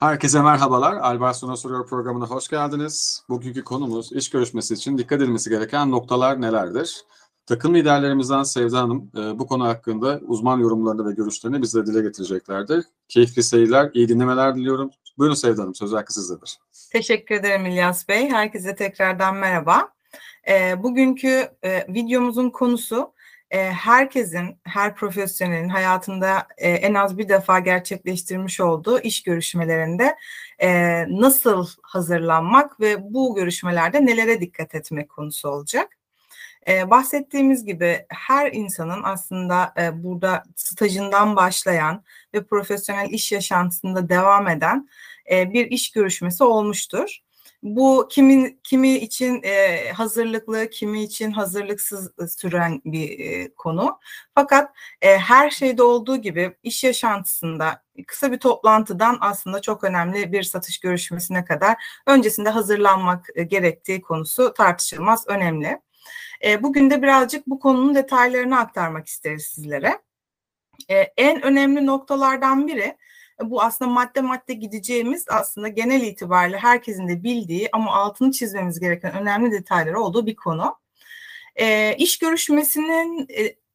Herkese merhabalar. Albar Sana Soruyor programına hoş geldiniz. Bugünkü konumuz iş görüşmesi için dikkat edilmesi gereken noktalar nelerdir? Takım liderlerimizden Sevda Hanım bu konu hakkında uzman yorumlarını ve görüşlerini bizlere dile getireceklerdir. Keyifli seyirler, iyi dinlemeler diliyorum. Buyurun Sevda Hanım, söz hakkı sizdedir. Teşekkür ederim İlyas Bey. Herkese tekrardan merhaba. Bugünkü videomuzun konusu herkesin, her profesyonelin hayatında en az bir defa gerçekleştirmiş olduğu iş görüşmelerinde nasıl hazırlanmak ve bu görüşmelerde nelere dikkat etmek konusu olacak. Bahsettiğimiz gibi her insanın aslında burada stajından başlayan ve profesyonel iş yaşantısında devam eden bir iş görüşmesi olmuştur. Bu kimi için hazırlıklı, kimi için hazırlıksız süren bir konu. Fakat her şeyde olduğu gibi iş yaşantısında kısa bir toplantıdan aslında çok önemli bir satış görüşmesine kadar öncesinde hazırlanmak gerektiği konusu tartışılmaz önemli. Bugün de birazcık bu konunun detaylarını aktarmak isteriz sizlere. En önemli noktalardan biri, bu aslında madde madde gideceğimiz aslında genel itibariyle herkesin de bildiği ama altını çizmemiz gereken önemli detayları olduğu bir konu. İş görüşmesinin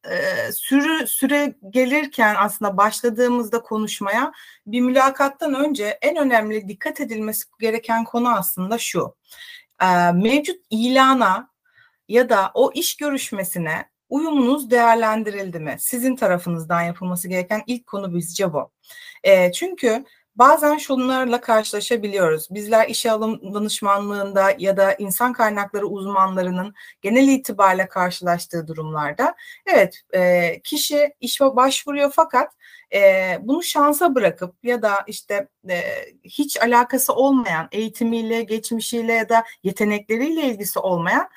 süre gelirken aslında başladığımızda konuşmaya bir mülakattan önce en önemli dikkat edilmesi gereken konu aslında şu. Mevcut ilana ya da o iş görüşmesine uyumunuz değerlendirildi mi? Sizin tarafınızdan yapılması gereken ilk konu bizce bu. Çünkü bazen şunlarla karşılaşabiliyoruz. Bizler işe alım danışmanlığında ya da insan kaynakları uzmanlarının genel itibariyle karşılaştığı durumlarda evet kişi işe başvuruyor fakat bunu şansa bırakıp ya da işte hiç alakası olmayan eğitimiyle, geçmişiyle ya da yetenekleriyle ilgisi olmayan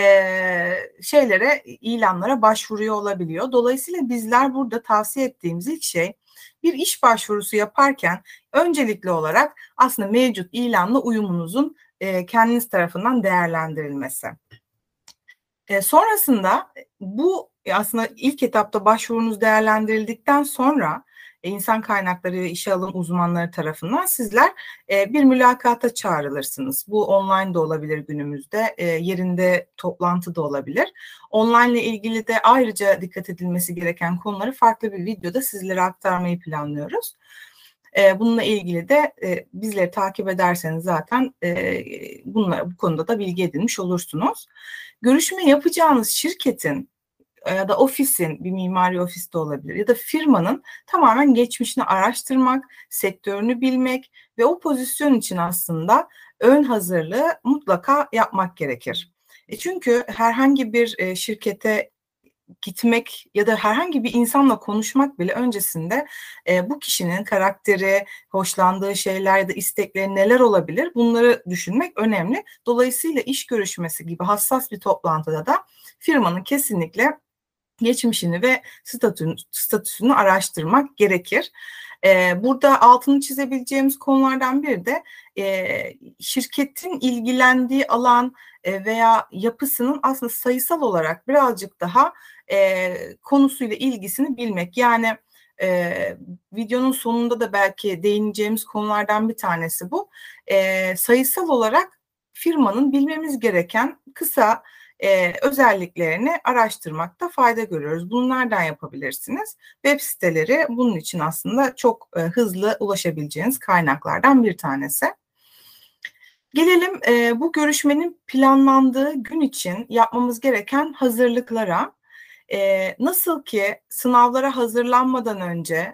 ilanlara başvuruyor olabiliyor. Dolayısıyla bizler burada tavsiye ettiğimiz ilk şey bir iş başvurusu yaparken öncelikli olarak aslında mevcut ilanla uyumunuzun kendiniz tarafından değerlendirilmesi. Sonrasında bu aslında ilk etapta başvurunuz değerlendirildikten sonra insan kaynakları ve işe alım uzmanları tarafından sizler bir mülakata çağrılırsınız. Bu online de olabilir günümüzde, yerinde toplantı da olabilir. Online ile ilgili de ayrıca dikkat edilmesi gereken konuları farklı bir videoda sizlere aktarmayı planlıyoruz. Bununla ilgili de bizleri takip ederseniz zaten bu konuda da bilgi edinmiş olursunuz. Görüşme yapacağınız şirketin ya da ofisin, bir mimari ofis de olabilir ya da firmanın tamamen geçmişini araştırmak, sektörünü bilmek ve o pozisyon için aslında ön hazırlığı mutlaka yapmak gerekir. Çünkü herhangi bir şirkete gitmek ya da herhangi bir insanla konuşmak bile öncesinde bu kişinin karakteri, hoşlandığı şeyler ya da istekleri neler olabilir bunları düşünmek önemli. Dolayısıyla iş görüşmesi gibi hassas bir toplantıda da firmanın kesinlikle geçmişini ve statüsünü araştırmak gerekir. Burada altını çizebileceğimiz konulardan biri de şirketin ilgilendiği alan veya yapısının aslında sayısal olarak birazcık daha konusuyla ilgisini bilmek. Yani videonun sonunda da belki değineceğimiz konulardan bir tanesi bu. Sayısal olarak firmanın bilmemiz gereken kısa özelliklerini araştırmakta fayda görüyoruz. Bunu nereden yapabilirsiniz? Web siteleri bunun için aslında çok hızlı ulaşabileceğiniz kaynaklardan bir tanesi. Gelelim bu görüşmenin planlandığı gün için yapmamız gereken hazırlıklara. Nasıl ki sınavlara hazırlanmadan önce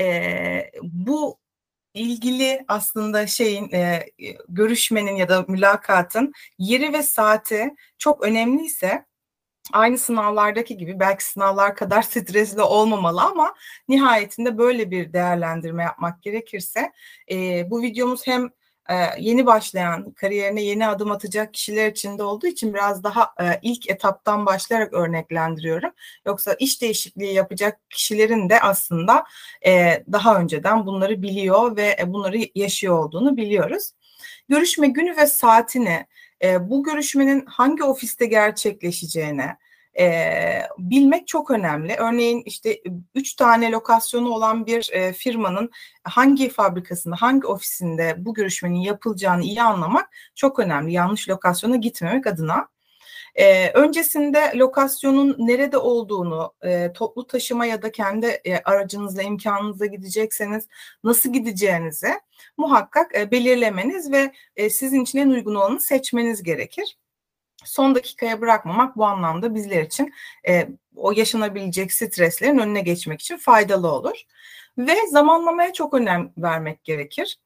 bu ilgili aslında görüşmenin ya da mülakatın yeri ve saati çok önemliyse aynı sınavlardaki gibi belki sınavlar kadar stresli olmamalı ama nihayetinde böyle bir değerlendirme yapmak gerekirse bu videomuz hem yeni başlayan, kariyerine yeni adım atacak kişiler için de olduğu için biraz daha ilk etaptan başlayarak örneklendiriyorum. Yoksa iş değişikliği yapacak kişilerin de aslında daha önceden bunları biliyor ve bunları yaşıyor olduğunu biliyoruz. Görüşme günü ve saatini, bu görüşmenin hangi ofiste gerçekleşeceğine, bilmek çok önemli. Örneğin işte 3 tane lokasyonu olan bir firmanın hangi fabrikasında, hangi ofisinde bu görüşmenin yapılacağını iyi anlamak çok önemli. Yanlış lokasyona gitmemek adına. Öncesinde lokasyonun nerede olduğunu, toplu taşıma ya da kendi aracınızla, imkanınızla gidecekseniz nasıl gideceğinizi muhakkak belirlemeniz ve sizin için en uygun olanı seçmeniz gerekir. Son dakikaya bırakmamak bu anlamda bizler için o yaşanabilecek streslerin önüne geçmek için faydalı olur. Ve zamanlamaya çok önem vermek gerekir.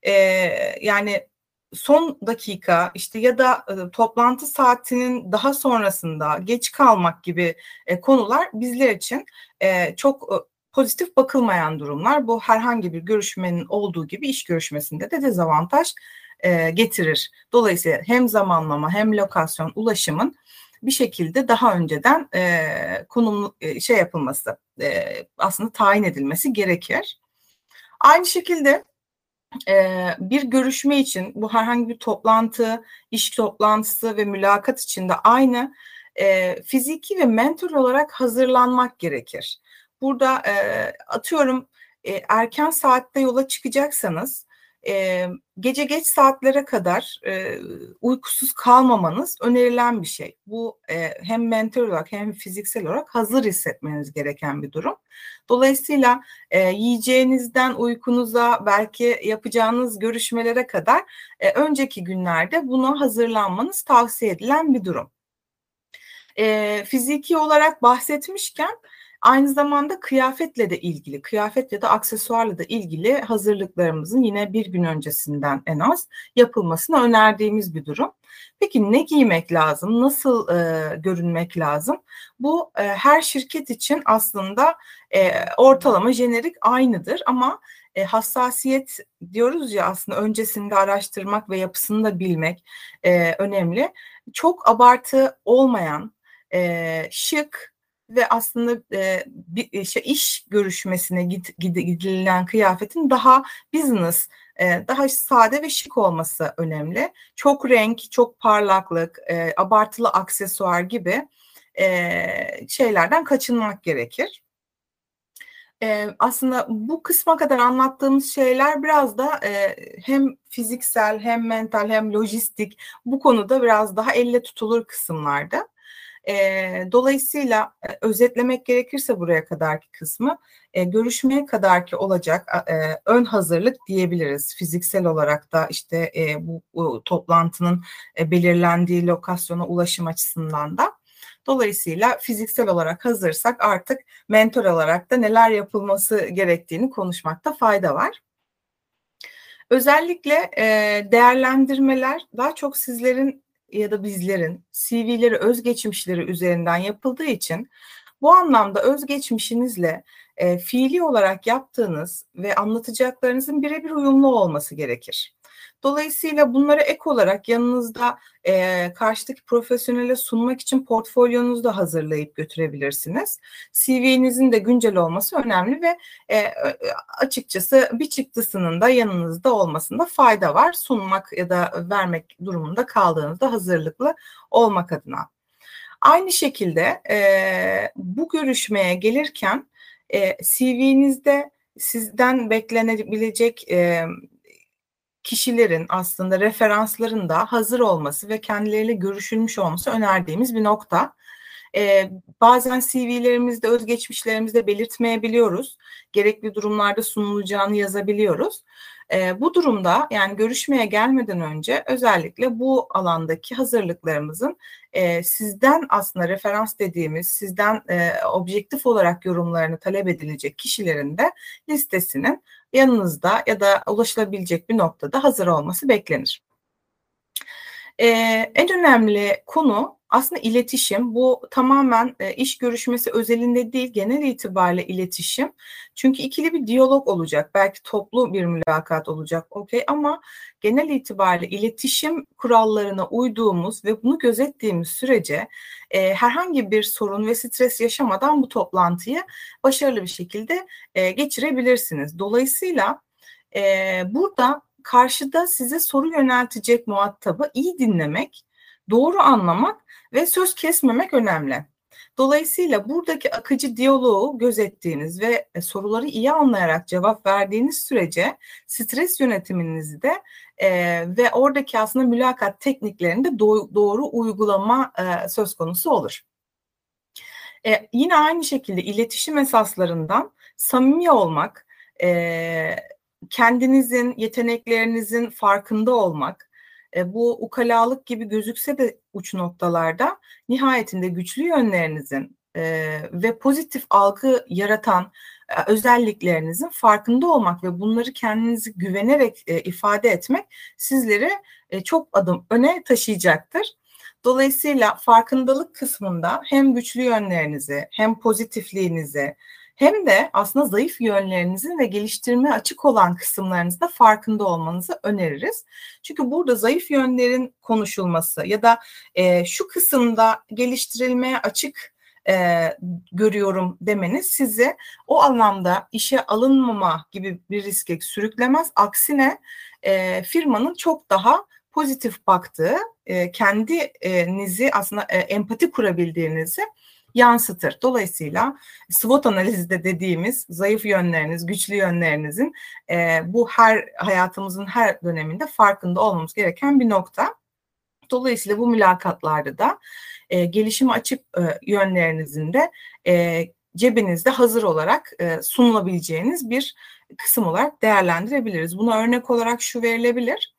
Yani son dakika işte ya da toplantı saatinin daha sonrasında geç kalmak gibi konular bizler için çok pozitif bakılmayan durumlar. Bu herhangi bir görüşmenin olduğu gibi iş görüşmesinde de dezavantaj getirir. Dolayısıyla hem zamanlama hem lokasyon ulaşımın bir şekilde daha önceden konum yapılması, aslında tayin edilmesi gerekir. Aynı şekilde bir görüşme için bu herhangi bir toplantı, iş toplantısı ve mülakat için de aynı fiziki ve mental olarak hazırlanmak gerekir. Burada atıyorum erken saatte yola çıkacaksanız gece geç saatlere kadar uykusuz kalmamanız önerilen bir şey. Bu hem mental olarak hem fiziksel olarak hazır hissetmeniz gereken bir durum. Dolayısıyla yiyeceğinizden uykunuza, belki yapacağınız görüşmelere kadar önceki günlerde buna hazırlanmanız tavsiye edilen bir durum. Fiziki olarak bahsetmişken aynı zamanda kıyafetle de ilgili, kıyafet ya da aksesuarla da ilgili hazırlıklarımızın yine bir gün öncesinden en az yapılmasını önerdiğimiz bir durum. Peki ne giymek lazım, nasıl görünmek lazım? Bu her şirket için aslında ortalama jenerik aynıdır ama hassasiyet diyoruz ya, aslında öncesinde araştırmak ve yapısını da bilmek önemli. Çok abartı olmayan, şık ve aslında bir iş görüşmesine gidilen kıyafetin daha business, daha sade ve şık olması önemli. Çok renk, çok parlaklık, abartılı aksesuar gibi şeylerden kaçınmak gerekir. Aslında bu kısma kadar anlattığımız şeyler biraz da hem fiziksel hem mental hem lojistik, bu konuda biraz daha elle tutulur kısımlarda. Dolayısıyla özetlemek gerekirse buraya kadarki kısmı görüşmeye kadarki olacak ön hazırlık diyebiliriz. Fiziksel olarak da işte bu toplantının belirlendiği lokasyona ulaşım açısından da. Dolayısıyla fiziksel olarak hazırsak artık mental olarak da neler yapılması gerektiğini konuşmakta fayda var. Özellikle değerlendirmeler daha çok sizlerin ya da bizlerin CV'leri, özgeçmişleri üzerinden yapıldığı için bu anlamda özgeçmişinizle fiili olarak yaptığınız ve anlatacaklarınızın birebir uyumlu olması gerekir. Dolayısıyla bunlara ek olarak yanınızda karşıdaki profesyonele sunmak için portfolyonuzu da hazırlayıp götürebilirsiniz. CV'nizin de güncel olması önemli ve açıkçası bir çıktısının da yanınızda olmasında fayda var. Sunmak ya da vermek durumunda kaldığınızda hazırlıklı olmak adına. Aynı şekilde bu görüşmeye gelirken CV'nizde sizden beklenebilecek kişilerin, aslında referansların da hazır olması ve kendileriyle görüşülmüş olması önerdiğimiz bir nokta. Bazen CV'lerimizde, özgeçmişlerimizde belirtmeyebiliyoruz. Gerekli durumlarda sunulacağını yazabiliyoruz. Bu durumda, yani görüşmeye gelmeden önce özellikle bu alandaki hazırlıklarımızın sizden aslında referans dediğimiz, sizden objektif olarak yorumlarını talep edilecek kişilerin de listesinin yanınızda ya da ulaşılabilecek bir noktada hazır olması beklenir. En önemli konu aslında iletişim. Bu tamamen iş görüşmesi özelinde değil, genel itibariyle iletişim. Çünkü ikili bir diyalog olacak. Belki toplu bir mülakat olacak, okey, ama genel itibariyle iletişim kurallarına uyduğumuz ve bunu gözettiğimiz sürece herhangi bir sorun ve stres yaşamadan bu toplantıyı başarılı bir şekilde geçirebilirsiniz. Dolayısıyla burada karşıda size soru yöneltecek muhatabı iyi dinlemek, doğru anlamak ve söz kesmemek önemli. Dolayısıyla buradaki akıcı diyaloğu gözettiğiniz ve soruları iyi anlayarak cevap verdiğiniz sürece stres yönetiminizi de ve oradaki aslında mülakat tekniklerini de doğru uygulama söz konusu olur. Yine aynı şekilde iletişim esaslarından samimi olmak, kendinizin, yeteneklerinizin farkında olmak, bu ukalalık gibi gözükse de uç noktalarda nihayetinde güçlü yönlerinizin ve pozitif algı yaratan özelliklerinizin farkında olmak ve bunları kendinizi güvenerek ifade etmek sizleri çok adım öne taşıyacaktır. Dolayısıyla farkındalık kısmında hem güçlü yönlerinizi, hem pozitifliğinizi, hem de aslında zayıf yönlerinizin ve geliştirmeye açık olan kısımlarınızda farkında olmanızı öneririz. Çünkü burada zayıf yönlerin konuşulması ya da şu kısımda geliştirilmeye açık görüyorum demeniz sizi o anlamda işe alınmama gibi bir riske sürüklemez. Aksine firmanın çok daha pozitif baktığı, kendinizi aslında empati kurabildiğinizi yansıtır. Dolayısıyla SWOT analizi de dediğimiz zayıf yönleriniz, güçlü yönlerinizin bu hayatımızın her döneminde farkında olmamız gereken bir nokta. Dolayısıyla bu mülakatlarda da gelişime açık yönlerinizin de cebinizde hazır olarak sunulabileceğiniz bir kısım olarak değerlendirebiliriz. Buna örnek olarak şu verilebilir.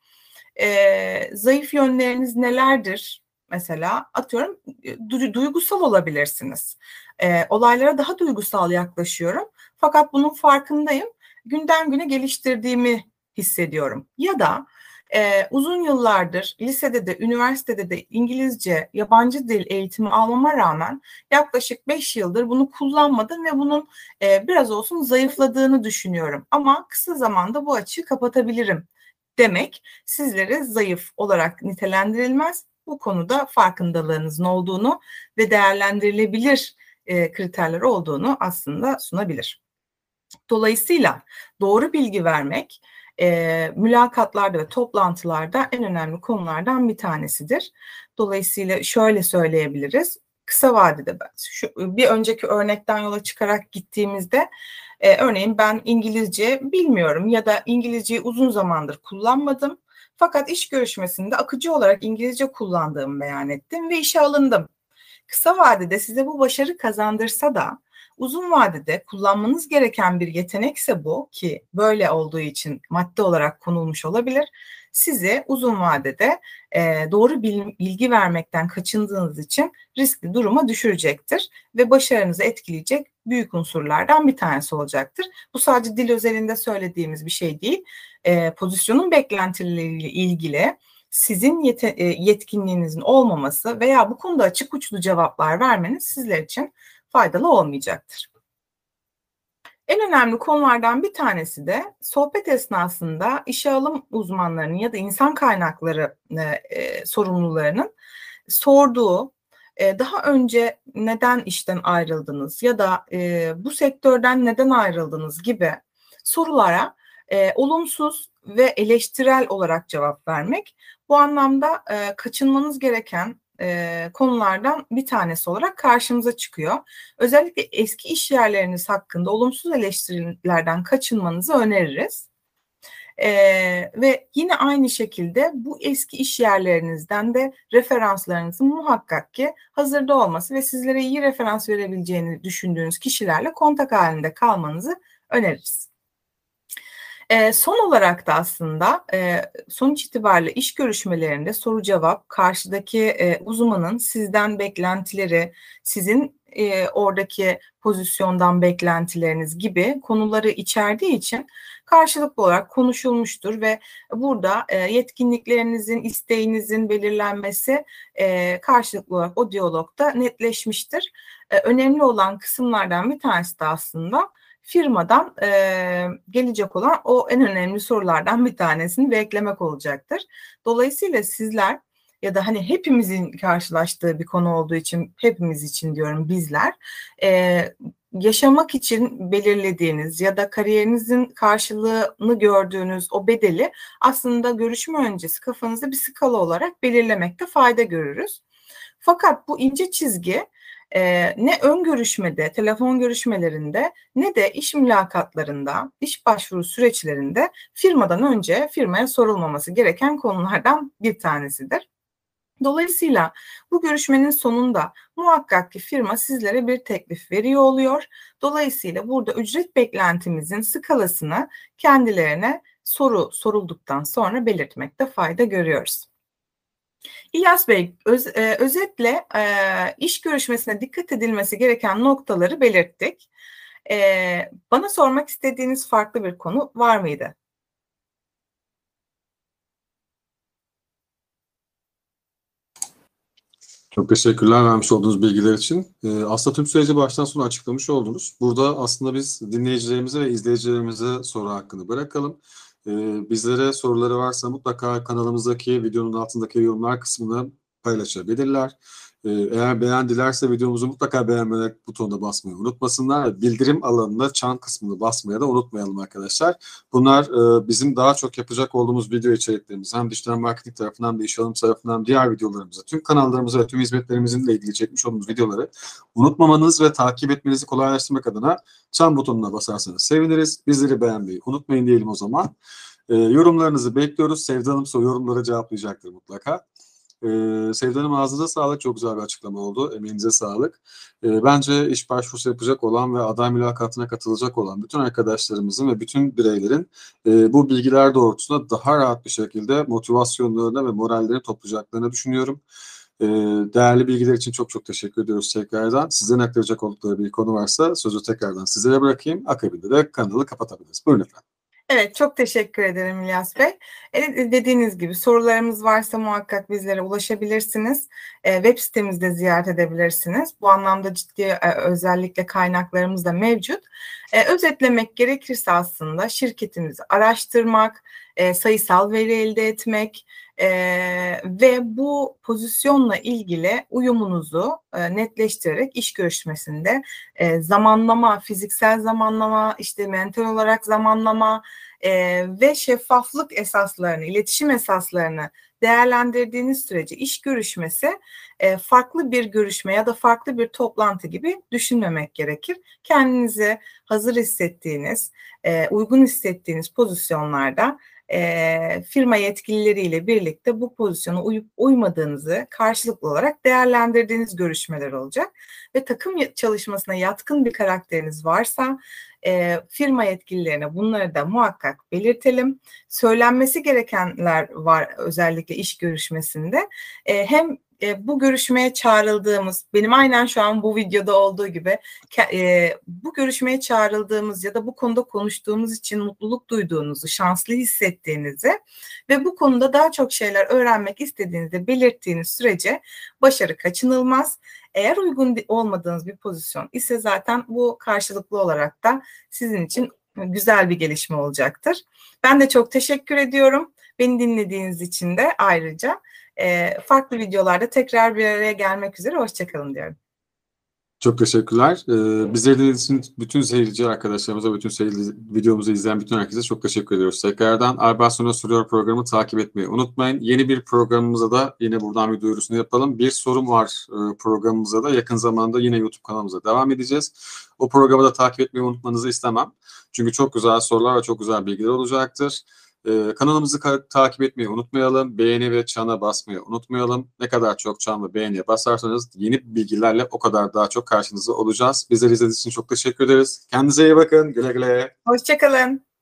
Zayıf yönleriniz nelerdir? Mesela atıyorum duygusal olabilirsiniz. Olaylara daha duygusal yaklaşıyorum. Fakat bunun farkındayım. Günden güne geliştirdiğimi hissediyorum. Ya da uzun yıllardır lisede de üniversitede de İngilizce, yabancı dil eğitimi almama rağmen yaklaşık 5 yıldır bunu kullanmadım ve bunun biraz olsun zayıfladığını düşünüyorum. Ama kısa zamanda bu açığı kapatabilirim demek sizlere zayıf olarak nitelendirilmez. Bu konuda farkındalığınızın olduğunu ve değerlendirilebilir kriterler olduğunu aslında sunabilir. Dolayısıyla doğru bilgi vermek mülakatlarda ve toplantılarda en önemli konulardan bir tanesidir. Dolayısıyla şöyle söyleyebiliriz. Kısa vadede bir önceki örnekten yola çıkarak gittiğimizde örneğin ben İngilizce bilmiyorum ya da İngilizceyi uzun zamandır kullanmadım. Fakat iş görüşmesinde akıcı olarak İngilizce kullandığımı beyan ettim ve işe alındım. Kısa vadede size bu başarı kazandırsa da uzun vadede kullanmanız gereken bir yetenekse bu ki böyle olduğu için madde olarak konulmuş olabilir. Sizi uzun vadede doğru bilgi vermekten kaçındığınız için riskli duruma düşürecektir ve başarınızı etkileyecek büyük unsurlardan bir tanesi olacaktır. Bu sadece dil özelinde söylediğimiz bir şey değil. Pozisyonun beklentileriyle ilgili sizin yetkinliğinizin olmaması veya bu konuda açık uçlu cevaplar vermeniz sizler için faydalı olmayacaktır. En önemli konulardan bir tanesi de sohbet esnasında işe alım uzmanlarının ya da insan kaynakları sorumlularının sorduğu daha önce neden işten ayrıldınız ya da bu sektörden neden ayrıldınız gibi sorulara olumsuz ve eleştirel olarak cevap vermek bu anlamda kaçınmanız gereken konulardan bir tanesi olarak karşımıza çıkıyor. Özellikle eski iş yerleriniz hakkında olumsuz eleştirilerden kaçınmanızı öneririz. Ve yine aynı şekilde bu eski iş yerlerinizden de referanslarınızın muhakkak ki hazırda olması ve sizlere iyi referans verebileceğini düşündüğünüz kişilerle kontak halinde kalmanızı öneririz. Son olarak da aslında sonuç itibariyle iş görüşmelerinde soru cevap, karşıdaki uzmanın sizden beklentileri, sizin oradaki pozisyondan beklentileriniz gibi konuları içerdiği için karşılıklı olarak konuşulmuştur ve burada yetkinliklerinizin, isteğinizin belirlenmesi karşılıklı olarak o diyalogda netleşmiştir. Önemli olan kısımlardan bir tanesi de aslında firmadan gelecek olan o en önemli sorulardan bir tanesini beklemek olacaktır. Dolayısıyla sizler ya da hani hepimizin karşılaştığı bir konu olduğu için hepimiz için diyorum bizler yaşamak için belirlediğiniz ya da kariyerinizin karşılığını gördüğünüz o bedeli aslında görüşme öncesi kafanızda bir skala olarak belirlemekte fayda görürüz. Fakat bu ince çizgi Ne ön görüşmede, telefon görüşmelerinde ne de iş mülakatlarında, iş başvuru süreçlerinde firmadan önce firmaya sorulmaması gereken konulardan bir tanesidir. Dolayısıyla bu görüşmenin sonunda muhakkak ki firma sizlere bir teklif veriyor oluyor. Dolayısıyla burada ücret beklentimizin skalasını kendilerine sorulduktan sonra belirtmekte fayda görüyoruz. İlyas Bey, özetle iş görüşmesine dikkat edilmesi gereken noktaları belirttik. Bana sormak istediğiniz farklı bir konu var mıydı? Çok teşekkürler vermiş olduğunuz bilgiler için. Aslında tüm süreci baştan sona açıklamış oldunuz. Burada aslında biz dinleyicilerimize ve izleyicilerimize soru hakkını bırakalım. Bizlere soruları varsa mutlaka kanalımızdaki videonun altındaki yorumlar kısmına paylaşabilirler. Eğer beğendilerse videomuzu mutlaka beğenme butonuna basmayı unutmasınlar. Bildirim alanında çan kısmını basmaya da unutmayalım arkadaşlar. Bunlar bizim daha çok yapacak olduğumuz video içeriklerimiz. Hem dijital marketing tarafından hem de iş alım tarafından diğer videolarımıza, tüm kanallarımıza ve tüm hizmetlerimizle ilgili çekmiş olduğumuz videoları unutmamanız ve takip etmenizi kolaylaştırmak adına çan butonuna basarsanız seviniriz. Bizleri beğenmeyi unutmayın diyelim o zaman. Yorumlarınızı bekliyoruz. Sevda Hanım yorumları cevaplayacaktır mutlaka. Sevda Hanım ağzınıza sağlık. Çok güzel bir açıklama oldu. Emeğinize sağlık. Bence iş başvurusu yapacak olan ve aday mülakatına katılacak olan bütün arkadaşlarımızın ve bütün bireylerin bu bilgiler doğrultusunda daha rahat bir şekilde motivasyonlarını ve morallerini toplayacaklarını düşünüyorum. Değerli bilgiler için çok çok teşekkür ediyoruz tekrardan. Sizden aktaracak oldukları bir konu varsa sözü tekrardan sizlere bırakayım. Akabinde de kanalı kapatabiliriz. Buyurun efendim. Evet, çok teşekkür ederim İlyas Bey. Dediğiniz gibi sorularımız varsa muhakkak bizlere ulaşabilirsiniz. Web sitemizde ziyaret edebilirsiniz. Bu anlamda ciddi özellikle kaynaklarımız da mevcut. Özetlemek gerekirse aslında şirketimizi araştırmak, sayısal veri elde etmek ve bu pozisyonla ilgili uyumunuzu netleştirerek iş görüşmesinde zamanlama, fiziksel zamanlama, işte mental olarak zamanlama ve şeffaflık esaslarını, iletişim esaslarını değerlendirdiğiniz sürece iş görüşmesi farklı bir görüşme ya da farklı bir toplantı gibi düşünmemek gerekir. Kendinizi hazır hissettiğiniz, uygun hissettiğiniz pozisyonlarda firma yetkilileriyle birlikte bu pozisyona uyup uymadığınızı karşılıklı olarak değerlendirdiğiniz görüşmeler olacak. Ve takım çalışmasına yatkın bir karakteriniz varsa firma yetkililerine bunları da muhakkak belirtelim. Söylenmesi gerekenler var özellikle iş görüşmesinde. Hem bu görüşmeye çağrıldığımız, benim aynen şu an bu videoda olduğu gibi bu görüşmeye çağrıldığımız ya da bu konuda konuştuğumuz için mutluluk duyduğunuzu, şanslı hissettiğinizi ve bu konuda daha çok şeyler öğrenmek istediğinizi belirttiğiniz sürece başarı kaçınılmaz. Eğer uygun olmadığınız bir pozisyon ise zaten bu karşılıklı olarak da sizin için güzel bir gelişme olacaktır. Ben de çok teşekkür ediyorum. Beni dinlediğiniz için de ayrıca farklı videolarda tekrar bir araya gelmek üzere. Hoşçakalın diyorum. Çok teşekkürler. Bizleri dinlediğiniz için bütün seyirci arkadaşlarımıza, bütün videomuzu izleyen bütün herkese çok teşekkür ediyoruz. Tekrardan Albarson'a soruyor programı takip etmeyi unutmayın. Yeni bir programımıza da yine buradan bir duyurusunu yapalım. Bir sorum var programımıza da yakın zamanda yine YouTube kanalımıza devam edeceğiz. O programı da takip etmeyi unutmanızı istemem. Çünkü çok güzel sorular ve çok güzel bilgiler olacaktır. Kanalımızı takip etmeyi unutmayalım. Beğeni ve çana basmayı unutmayalım. Ne kadar çok çan ve beğeniye basarsanız yeni bilgilerle o kadar daha çok karşınızda olacağız. Bizleri izlediğiniz için çok teşekkür ederiz. Kendinize iyi bakın. Güle güle. Hoşçakalın.